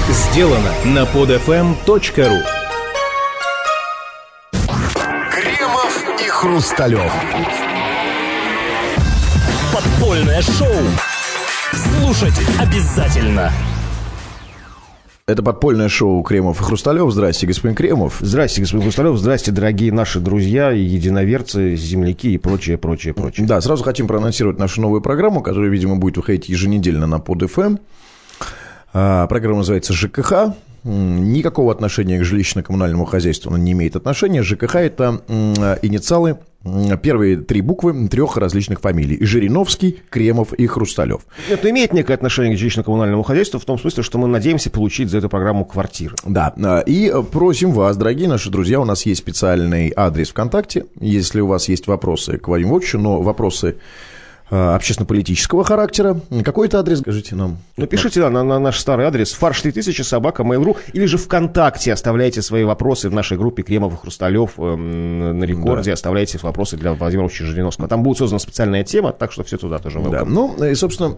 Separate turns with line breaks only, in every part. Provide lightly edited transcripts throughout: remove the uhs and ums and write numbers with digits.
Сделано на podfm.ru.
Кремов и Хрусталев.
Подпольное шоу. Слушать обязательно.
Это подпольное шоу «Кремов и Хрусталев». Здрасте, господин Кремов.
Здрасте, господин Хрусталев. Здрасте, дорогие наши друзья, единоверцы, земляки и прочее.
Да, сразу хотим проанонсировать нашу новую программу, которая, видимо, будет выходить еженедельно на PodFM. Программа называется «ЖКХ». Никакого отношения к жилищно-коммунальному хозяйству она не имеет отношения. ЖКХ – это инициалы, первые три буквы трех различных фамилий: Жириновский, Кремов и Хрусталев.
Это имеет некое отношение к жилищно-коммунальному хозяйству в том смысле, что мы надеемся получить за эту программу квартиры. Да,
и просим вас, дорогие наши друзья, у нас есть специальный адрес ВКонтакте. Если у вас есть вопросы к Вадиму Вовчу, но вопросы общественно-политического характера, какой-то адрес, скажите нам.
Напишите на наш старый адрес farш3000@mail.ru, или же ВКонтакте оставляйте свои вопросы в нашей группе Кремов и Хрусталев на рекорде, оставляйте вопросы для Владимира Владимировича Жириновского. Там будет создана специальная тема, так что все туда тоже welcome.
Да, ну и, собственно,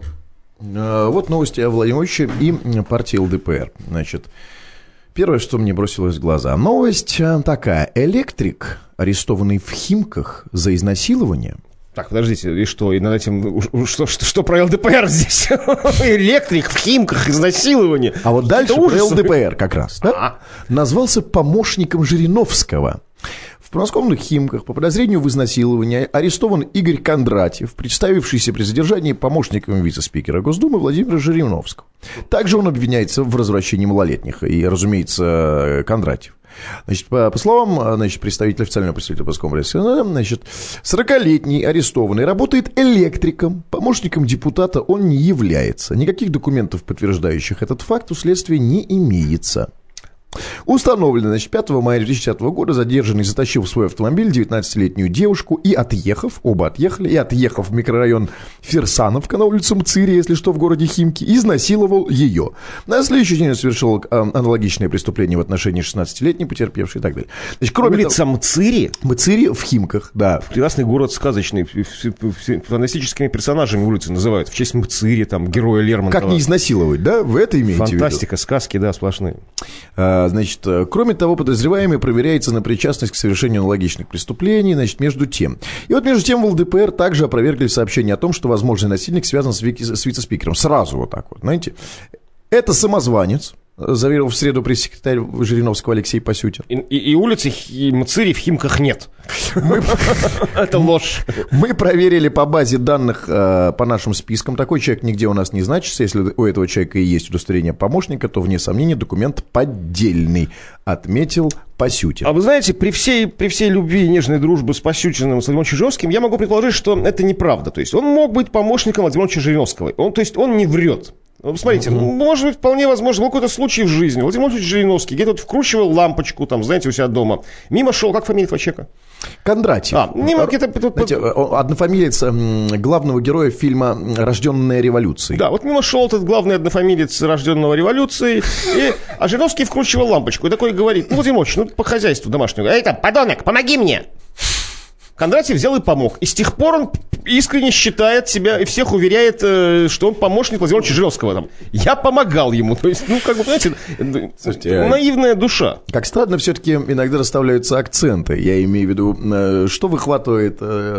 вот новости о Владимире Владимировиче и партии ЛДПР. Значит, первое, что мне бросилось в глаза. Новость такая. Электрик, арестованный в Химках за изнасилование.
Так, подождите, и что? И над этим... Что про ЛДПР здесь? Электрик в Химках, изнасилование.
А вот дальше про ЛДПР как раз. Да? Назвался помощником Жириновского. В подмосковных Химках по подозрению в изнасиловании арестован Игорь Кондратьев, представившийся при задержании помощником вице-спикера Госдумы Владимира Жириновского. Также он обвиняется в развращении малолетних. И, разумеется, Кондратьев. Значит, по словам представителя, официального представителя Подмосковного района, 40-летний арестованный работает электриком, помощником депутата он не является. Никаких документов, подтверждающих этот факт, у следствия не имеется. Установлено, 5 мая 2010 года задержанный затащил в свой автомобиль 19-летнюю девушку и, отъехав в микрорайон Фирсановка на улицу Мцири, если что, в городе Химки, изнасиловал ее. На следующий день он совершил аналогичное преступление в отношении 16-летней потерпевшей и так далее. Значит,
улица Мцири?
Мцири в Химках, да.
Прекрасный город сказочный, фантастическими персонажами улицы называют, в честь Мцири, там, героя Лермонтова.
Как не изнасиловать, да? Вы это имеете в виду?
Фантастика, сказки, да, сплошные.
Значит, кроме того, подозреваемый проверяется на причастность к совершению аналогичных преступлений, между тем. И вот между тем в ЛДПР также опровергли сообщение о том, что возможный насильник связан с вице-спикером. Сразу вот так вот, знаете. Это самозванец, заверил в среду пресс-секретарь Жириновского Алексей Пасютин.
И улицы Мцири в Химках нет. Это ложь.
Мы проверили по базе данных, по нашим спискам. Такой человек нигде у нас не значится. Если у этого человека и есть удостоверение помощника, то, вне сомнения, документ поддельный, отметил Пасютин.
А вы знаете, при всей любви и нежной дружбе с Пасютиным, с Владимиром Жириновским, я могу предположить, что это неправда. То есть он мог быть помощником Владимира Жириновского. То есть он не врет. Смотрите, может быть, вполне возможно, был какой-то случай в жизни. Владимир Владимирович Жириновский где-то вкручивал лампочку, там, знаете, у себя дома. Мимо шел, как фамилия этого человека?
Кондратьев.
Мимо где-то...
Знаете, однофамилец главного героя фильма «Рожденная революцией».
Да, вот мимо шел этот главный однофамилец «Рожденного революцией», а Жириновский вкручивал лампочку и такой говорит: Владимир Владимирович, по хозяйству домашнему. Эй, там, подонок, помоги мне! Кондратьев взял и помог. И с тех пор он искренне считает себя и всех уверяет, что он помощник Владимира Жириновского. Я помогал ему. То есть, понимаете, слушайте, наивная душа.
Как странно, все-таки иногда расставляются акценты. Я имею в виду, что выхватывает,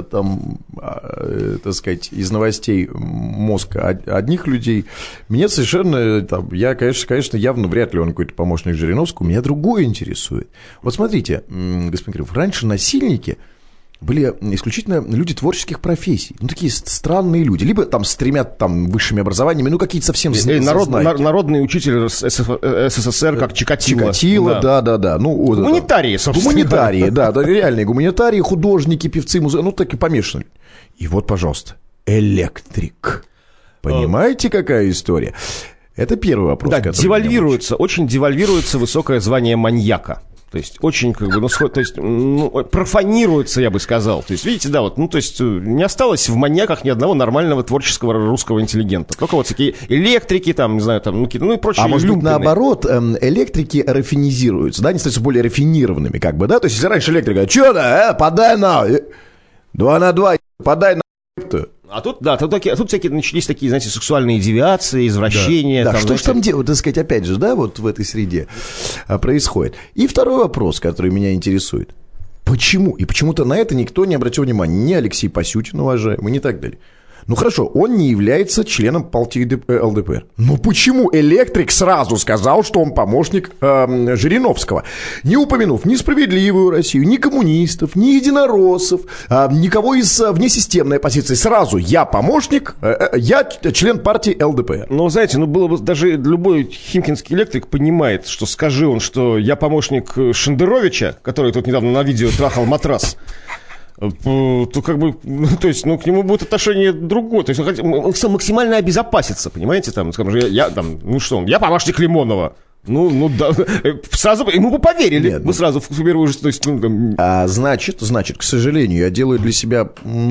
так сказать, из новостей мозг одних людей. Меня совершенно, я, конечно, явно вряд ли он какой-то помощник Жириновского. Меня другое интересует. Вот смотрите, господин Кирилл, раньше насильники были исключительно люди творческих профессий. Такие странные люди. Либо с тремя высшими образованиями, какие-то совсем
народный учитель СССР, как Чикатило.
Чикатило, да.
Гуманитарии, собственно.
Гуманитарии, да, реальные гуманитарии, художники, певцы, так и помешаны. И вот, пожалуйста, электрик. Понимаете, какая история? Это первый вопрос.
Да, очень девальвируется высокое звание маньяка. То есть очень профанируется, я бы сказал. То есть, видите, да, не осталось в маньяках ни одного нормального творческого русского интеллигента. Только вот такие электрики, и прочие.
А может быть, наоборот, электрики рафинизируются, да, они становятся более рафинированными, да. То есть, если раньше электрика, что подай на 2 на 2, подай на.
А тут всякие начались такие, знаете, сексуальные девиации, извращения.
Да,
там,
что же там делать, так сказать, опять же, да, вот в этой среде происходит. И второй вопрос, который меня интересует. Почему? И почему-то на это никто не обратил внимания. Ни Алексей Пасютин, уважаемый, ни так далее. Ну хорошо, он не является членом партии ЛДПР. Но почему Электрик сразу сказал, что он помощник Жириновского, не упомянув ни «Справедливую Россию», ни коммунистов, ни единороссов, никого из внесистемной оппозиции? Сразу я помощник, я член партии ЛДПР.
Ну, знаете, было бы даже любой химкинский электрик понимает, что скажи он, что я помощник Шендеровича, который тут недавно на видео трахал матрас, то как бы, то есть, к нему будет отношение другое. То есть он максимально обезопаситься, понимаете, там, скажем, я помощник Лимонова. Да, сразу ему бы поверили.
Нет,
мы сразу в первую же, то есть,
значит, к сожалению, я делаю для себя,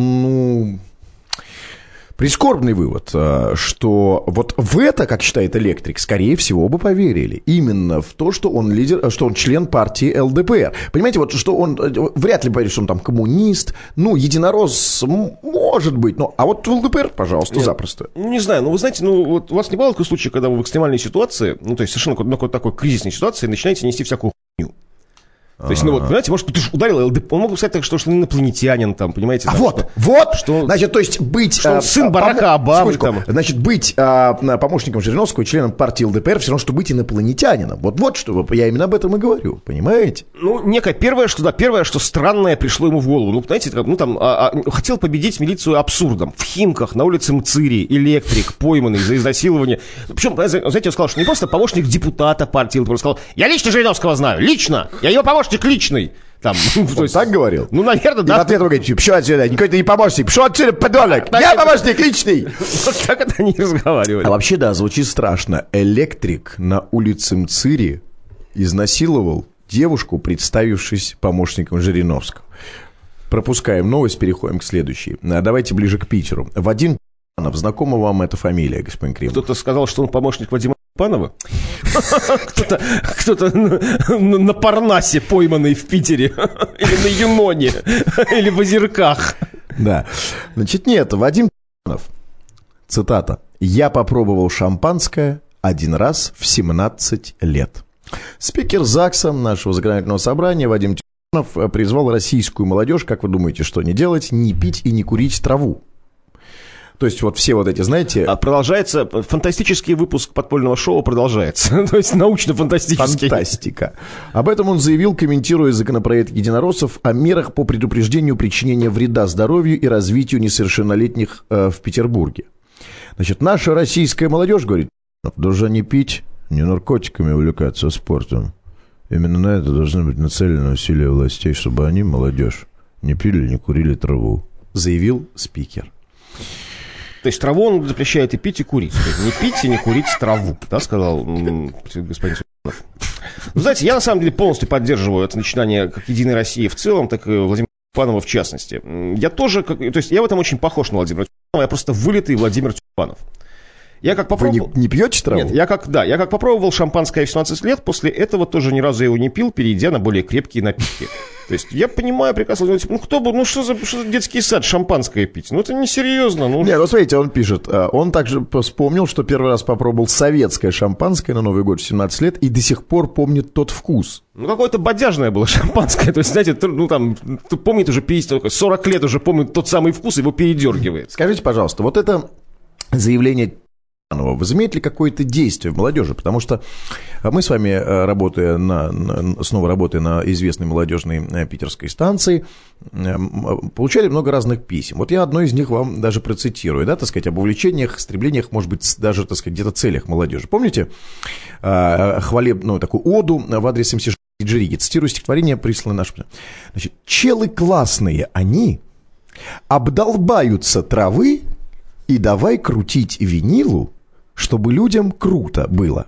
прискорбный вывод, что вот в это, как считает Электрик, скорее всего бы поверили. Именно в то, что он лидер, что он член партии ЛДПР. Понимаете, вот что он вряд ли поверит, что он там коммунист, единорос, может быть, а вот в ЛДПР, пожалуйста, запросто.
Не знаю, вы знаете, вот у вас не бывало такой случай, когда вы в экстремальной ситуации, то есть совершенно какой-то такой кризисной ситуации начинаете нести всякую хуйню. То есть, понимаете, может, ты же ударил ЛДПР, он мог бы сказать, что он инопланетянин, там, понимаете? Там,
значит, то есть быть...
Что он сын Барака Обамы, там.
Значит, быть помощником Жириновского, членом партии ЛДПР, все равно, что быть инопланетянином. Вот что, я именно об этом и говорю, понимаете?
Некое первое, что странное пришло ему в голову. Знаете, хотел победить милицию абсурдом. В Химках, на улице Мцири, Электрик, пойманный за изнасилование. Причем, знаете, он сказал, что не просто помощник депутата партии ЛДПР, он сказал, я лично Жириновского знаю, лично, я его помощник личный. Там,
он так говорил?
Наверное, да.
И в ответ он говорит, пошел отсюда, никакой ты не помощник, пошел отсюда, подонок, я помощник личный.
Вот так это они разговаривали.
А вообще, да, звучит страшно. Электрик на улице Мцири изнасиловал девушку, представившись помощником Жириновского. Пропускаем новость, переходим к следующей. Давайте ближе к Питеру. Вадим Панов, знакома вам эта фамилия, господин Кремов?
Кто-то сказал, что он помощник Вадима Панова? Кто-то на Парнасе пойманный в Питере, или на Юноне, или в Озерках.
Да. Значит, нет, Вадим Панов, цитата, «Я попробовал шампанское один раз в 17 лет». Спикер ЗАГСа нашего законодательного собрания Вадим Панов призвал российскую молодежь, как вы думаете, что не делать, не пить и не курить траву. То есть вот все вот эти, знаете...
Продолжается, фантастический выпуск подпольного шоу продолжается. То есть научно-фантастический.
Фантастика. Об этом он заявил, комментируя законопроект единороссов о мерах по предупреждению причинения вреда здоровью и развитию несовершеннолетних в Петербурге. Значит, наша российская молодежь, говорит, должна не пить, не наркотиками увлекаться, а спортом. Именно на это должны быть нацелены усилия властей, чтобы они, молодежь, не пили, не курили траву, заявил спикер.
То есть траву он запрещает и пить, и курить. Не пить и не курить траву, да, сказал господин Сулейманов. Знаете, я на самом деле полностью поддерживаю это начинание как Единой России в целом, так и Владимира Тюльпанова в частности. Я тоже, то есть я в этом очень похож на Владимира Тюльпанова, я просто вылитый Владимир Тюльпанов. Я как попробовал...
Вы не пьете траву?
Нет, я как попробовал шампанское в 17 лет, после этого тоже ни разу я его не пил, перейдя на более крепкие напитки. То есть я понимаю прекрасно, что за детский сад шампанское пить? Это несерьезно.
Нет, смотрите, он пишет, он также вспомнил, что первый раз попробовал советское шампанское на Новый год в 17 лет и до сих пор помнит тот вкус.
Какое-то бодяжное было шампанское. То есть, знаете, помнит уже 40 лет уже помнит тот самый вкус, его передергивает.
Скажите, пожалуйста, вот это заявление... возымеет ли какое-то действие в молодежи? Потому что мы с вами, снова работая на известной молодежной питерской станции, получали много разных писем. Вот я одно из них вам даже процитирую, да, так сказать, об увлечениях, стремлениях, может быть, даже, так сказать, где-то целях молодежи. Помните хвалебную такую оду в адрес МС Джериги? Цитирую стихотворение, присланное нашим. Значит, челы классные они, обдолбаются травы и давай крутить винилу, чтобы людям круто было.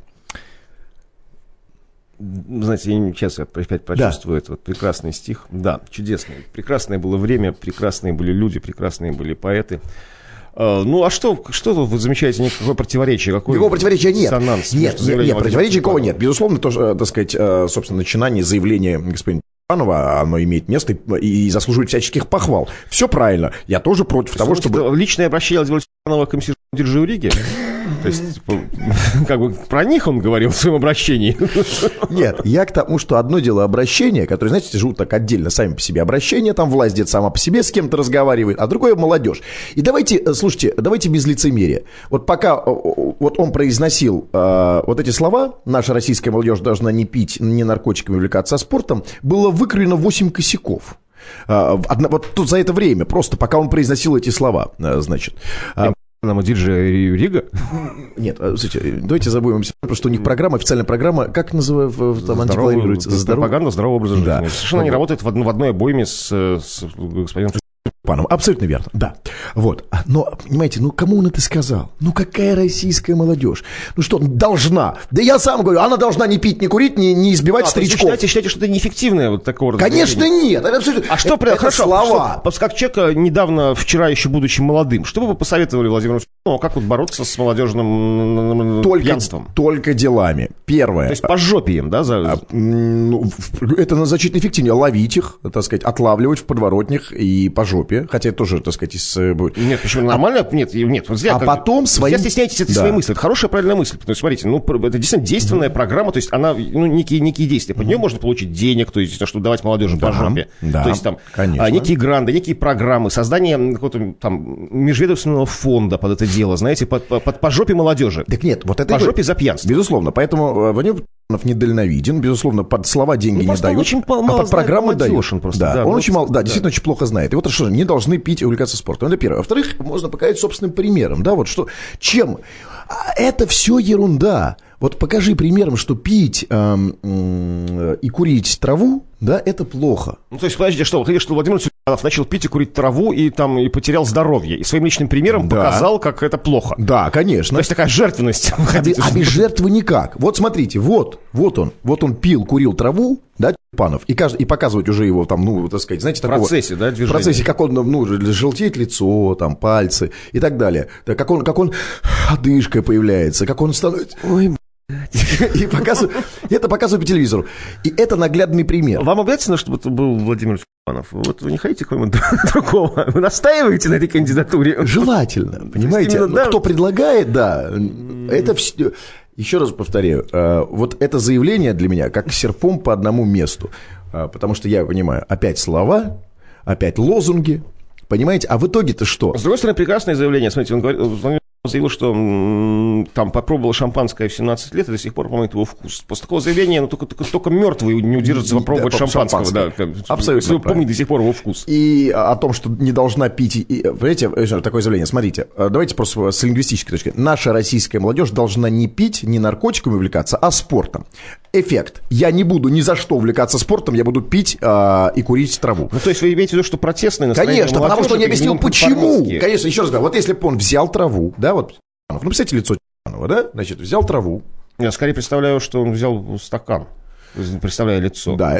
Знаете, сейчас я опять почувствую этот прекрасный стих. Да, чудесный. Прекрасное было время, прекрасные были люди, прекрасные были поэты. А что вы замечаете, никакого противоречия?
Никакого противоречия нет.
Диссонанс
нет, противоречия никакого нет. Безусловно, тоже, так сказать, собственно, начинание заявления господина оно имеет место и заслуживает всяческих похвал. Все правильно. Я тоже против того, чтобы...
Личное обращение Владимира Степанова к комиссару Диджею Риге? То есть, как бы про них он говорил в своем обращении.
Нет, я к тому, что одно дело обращение, которые, знаете, живут так отдельно сами по себе обращения, там власть где-то сама по себе с кем-то разговаривает, а другое молодежь. И давайте, слушайте, давайте без лицемерия. Вот пока вот он произносил вот эти слова, наша российская молодежь должна не пить, не наркотиками увлекаться, а спортом, было выкроено 8 косяков. Вот тут за это время, просто пока он произносил эти слова, значит...
Нам диджей Рига?
Нет, слушайте, давайте забудем, потому что у них программа, официальная программа, как называется, там антипланируется?
Пропаганда здорового образа жизни.
Да.
Совершенно не работает в одной обойме с господином
Паном. Абсолютно верно, да. Вот. Но, понимаете, ну кому он это сказал? Ну какая российская молодежь? Ну что, должна? Да я сам говорю, она должна не пить, не курить, не избивать старичков.
Вы считаете, что это неэффективное вот такого
Конечно, нет. Это абсолютно...
А что,
это
хорошо,
слова.
Что, как человека недавно, вчера еще будучи молодым, что бы вы посоветовали Владимиру Степанову, как вот бороться с молодежным пьянством?
Только делами. Первое.
То есть пожопием, да?
Это значительно эффективнее. Ловить их, так сказать, отлавливать в подворотнях и по жопе. Хотя это тоже, так сказать,
Нет, почему? Нормально? Нет. Вот зря,
потом своим...
Я стесняетесь этой своей мысли. Это хорошая, правильная мысль. Потому что, смотрите, это действительно действенная программа, то есть она, некие действия. Под нее можно получить денег, то есть, чтобы давать молодежи по жопе.
Да,
то есть, там,
конечно.
Некие гранты, некие программы, создание какого-то там межведомственного фонда под это дело, знаете, по жопе молодежи.
Так нет, вот это...
По жопе за пьянство.
Безусловно, поэтому Владимир недальновиден, безусловно, под слова деньги не дают,
очень мало
под программы дают.
Да,
он очень мало, действительно очень плохо знает. И вот что, не должны пить и увлекаться спортом. Это первое. Во-вторых, можно показать собственным примером, да, вот что, чем? Это все ерунда. Вот покажи примером, что пить и курить траву, да, это плохо.
Ну, то есть, подождите, что, вы хотите, что Владимир Степанов начал пить и курить траву и потерял здоровье, и своим личным примером показал, как это плохо.
Да, конечно.
То есть, такая жертвенность.
А без жертвы никак. Вот смотрите, вот он пил, курил траву, да, Степанов, и показывать уже его там, так сказать, знаете, такого...
В процессе, да, движения.
В процессе, как он, желтеет лицо, там, пальцы и так далее. Как он одышка появляется, как он становится... Ой, и это показывают по телевизору. И это наглядный пример.
Вам обязательно, чтобы это был Владимир Степанов? Вот вы не хотите кого-нибудь другого? Вы настаиваете на этой кандидатуре?
Желательно, понимаете?
Именно, да.
Кто предлагает, да, это все... Еще раз повторяю, вот это заявление для меня как серпом по одному месту. Потому что я понимаю, опять слова, опять лозунги, понимаете? А в итоге-то что?
С другой стороны, прекрасное заявление. Смотрите, он заявил, что там попробовал шампанское в 17 лет и до сих пор помнит его вкус. После такого заявления, только мертвый не удержится попробовать шампанского. Да,
абсолютно.
Если вы помните до сих пор его вкус.
И о том, что не должна пить... Понимаете, такое заявление, смотрите, давайте просто с лингвистической точки. Наша российская молодежь должна не пить, не наркотиками увлекаться, а спортом. Эффект. Я не буду ни за что увлекаться спортом, я буду пить и курить траву.
Ну, то есть вы имеете в виду, что протестное настроение
Конечно, потому что он не объяснил, почему. Конечно, еще раз говорю, вот если бы он взял траву, да, вот, ну, представьте лицо Степанова, да, значит, взял траву.
Я скорее представляю, что он взял стакан, представляя лицо.
Да.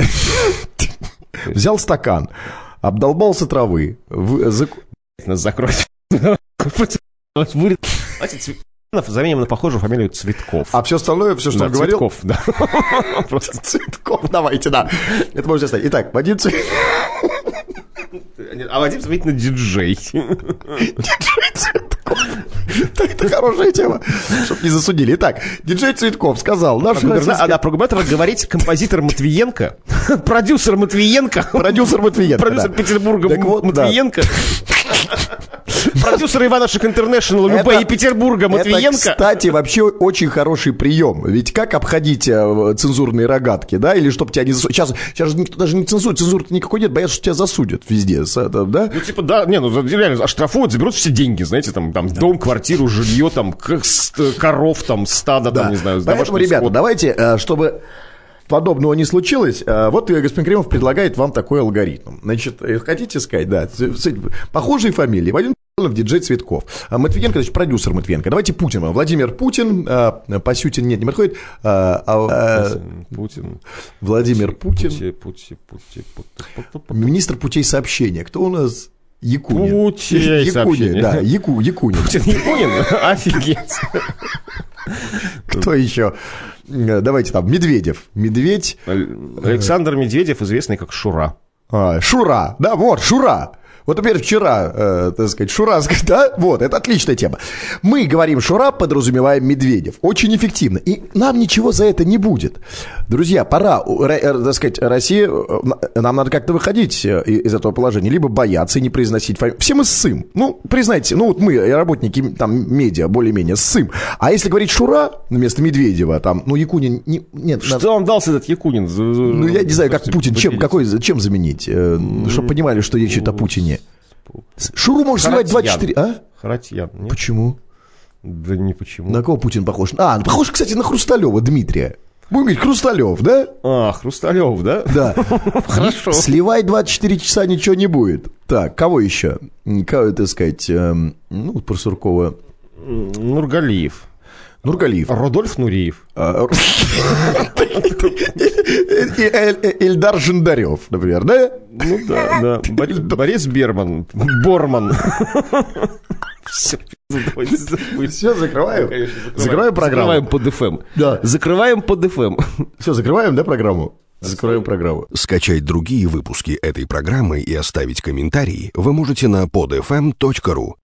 Взял стакан, обдолбался травы.
Нас закройте. Будет... Заменим на похожую фамилию Цветков.
А все остальное, все, что он говорил...
Цветков, да.
Просто Цветков, давайте, да. Это можно оставить. Итак, Вадим Цветков.
А Вадим Цветков диджей.
Диджей Цветков. Это хорошая тема, чтобы не засудили. Итак, диджей Цветков сказал...
Про губернатора говорить композитор Матвиенко, продюсер Матвиенко.
Продюсер
Петербурга Матвиенко. Продюсер Иванушек Интернешнл Любэ и Петербурга Матвиенко.
Это, кстати, вообще очень хороший прием. Ведь как обходить цензурные рогатки, да? Или чтобы тебя не засудили. Сейчас же никто даже не цензует. Цензуры-то никакой нет, боятся, что тебя засудят везде, да?
Ну, типа, да, реально, оштрафуют, заберут все деньги, знаете, там дом, квартиру, жилье, там, коров, там, стадо, там, не знаю.
Поэтому, ребята, давайте, чтобы... подобного не случилось, вот господин Кремов предлагает вам такой алгоритм. Значит, хотите сказать, да, похожие фамилии. Вадим Цветков, диджей Цветков. Матвиенко, значит, продюсер Матвиенко. Давайте Путин. Владимир Путин, Пасютин нет, не подходит.
Путин.
Владимир Путин. Министр путей сообщения. Кто у нас? Якунин.
Путин,
Якунин, да, Якунин.
Путин Якунин? Офигеть.
Кто еще? Давайте там, Медведев. Медведь.
Александр Медведев, известный как Шура.
Шура, да, вот, Шура. Вот, например, вчера, так сказать, Шура, да, вот, это отличная тема. Мы говорим Шура, подразумеваем Медведев. Очень эффективно. И нам ничего за это не будет. Друзья, пора, так сказать, Россия, нам надо как-то выходить из этого положения. Либо бояться и не произносить фамилию. Все мы ссым. Ну, признайте, ну, вот мы, работники там медиа, более-менее, ссым. А если говорить Шура вместо Медведева, там, ну, Якунин, нет.
Что вам дался этот Якунин?
Ну, я не знаю, как Путин, чем заменить? Чтобы понимали, что речь идет о Путине. Шуру можешь сливать 24... А?
Харатьян. Нет?
Почему?
Да не почему.
На кого Путин похож? Ну, похож, кстати, на Хрусталева Дмитрия. Будем говорить, Хрусталев, да?
Хрусталев, да?
Да.
Хорошо.
Сливай 24 часа, ничего не будет. Так, кого еще? Кого, так сказать, ну, про Суркова.
Нургалиев.
Рудольф
Нуриев.
Ильдар Жандарев, например, да?
Ну да. Борис Борман.
Все, закрываем?
Конечно,
закрываем программу?
Закрываем под FM.
Да.
Закрываем под FM.
Все, закрываем, да, программу? Закрываем программу.
Скачать другие выпуски этой программы и оставить комментарии вы можете на podfm.ru.